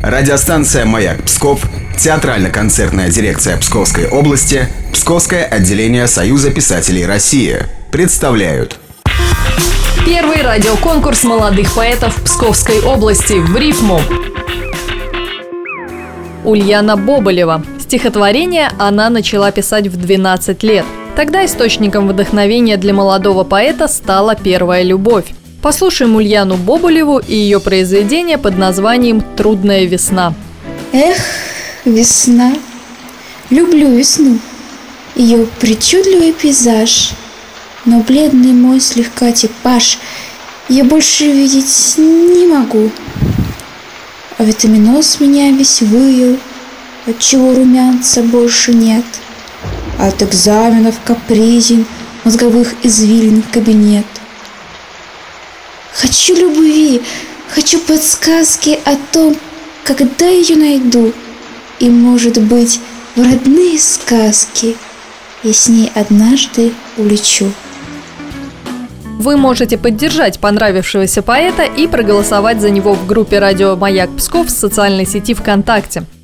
Радиостанция «Маяк Псков», театрально-концертная дирекция Псковской области, Псковское отделение Союза писателей России представляют. Первый радиоконкурс молодых поэтов Псковской области в рифму. Ульяна Боболева. Стихотворение она начала писать в 12 лет. Тогда источником вдохновения для молодого поэта стала первая любовь. Послушаем Ульяну Боболеву и ее произведение под названием «Трудная весна». Эх, весна, люблю весну, ее причудливый пейзаж, но бледный мой слегка типаж я больше видеть не могу. А витаминоз меня весь выел, отчего румянца больше нет. От экзаменов капризен, мозговых извилин кабинет. Хочу любви, хочу подсказки о том, когда ее найду. И, может быть, в родные сказки я с ней однажды улечу. Вы можете поддержать понравившегося поэта и проголосовать за него в группе «Радио Маяк Псков» в социальной сети ВКонтакте.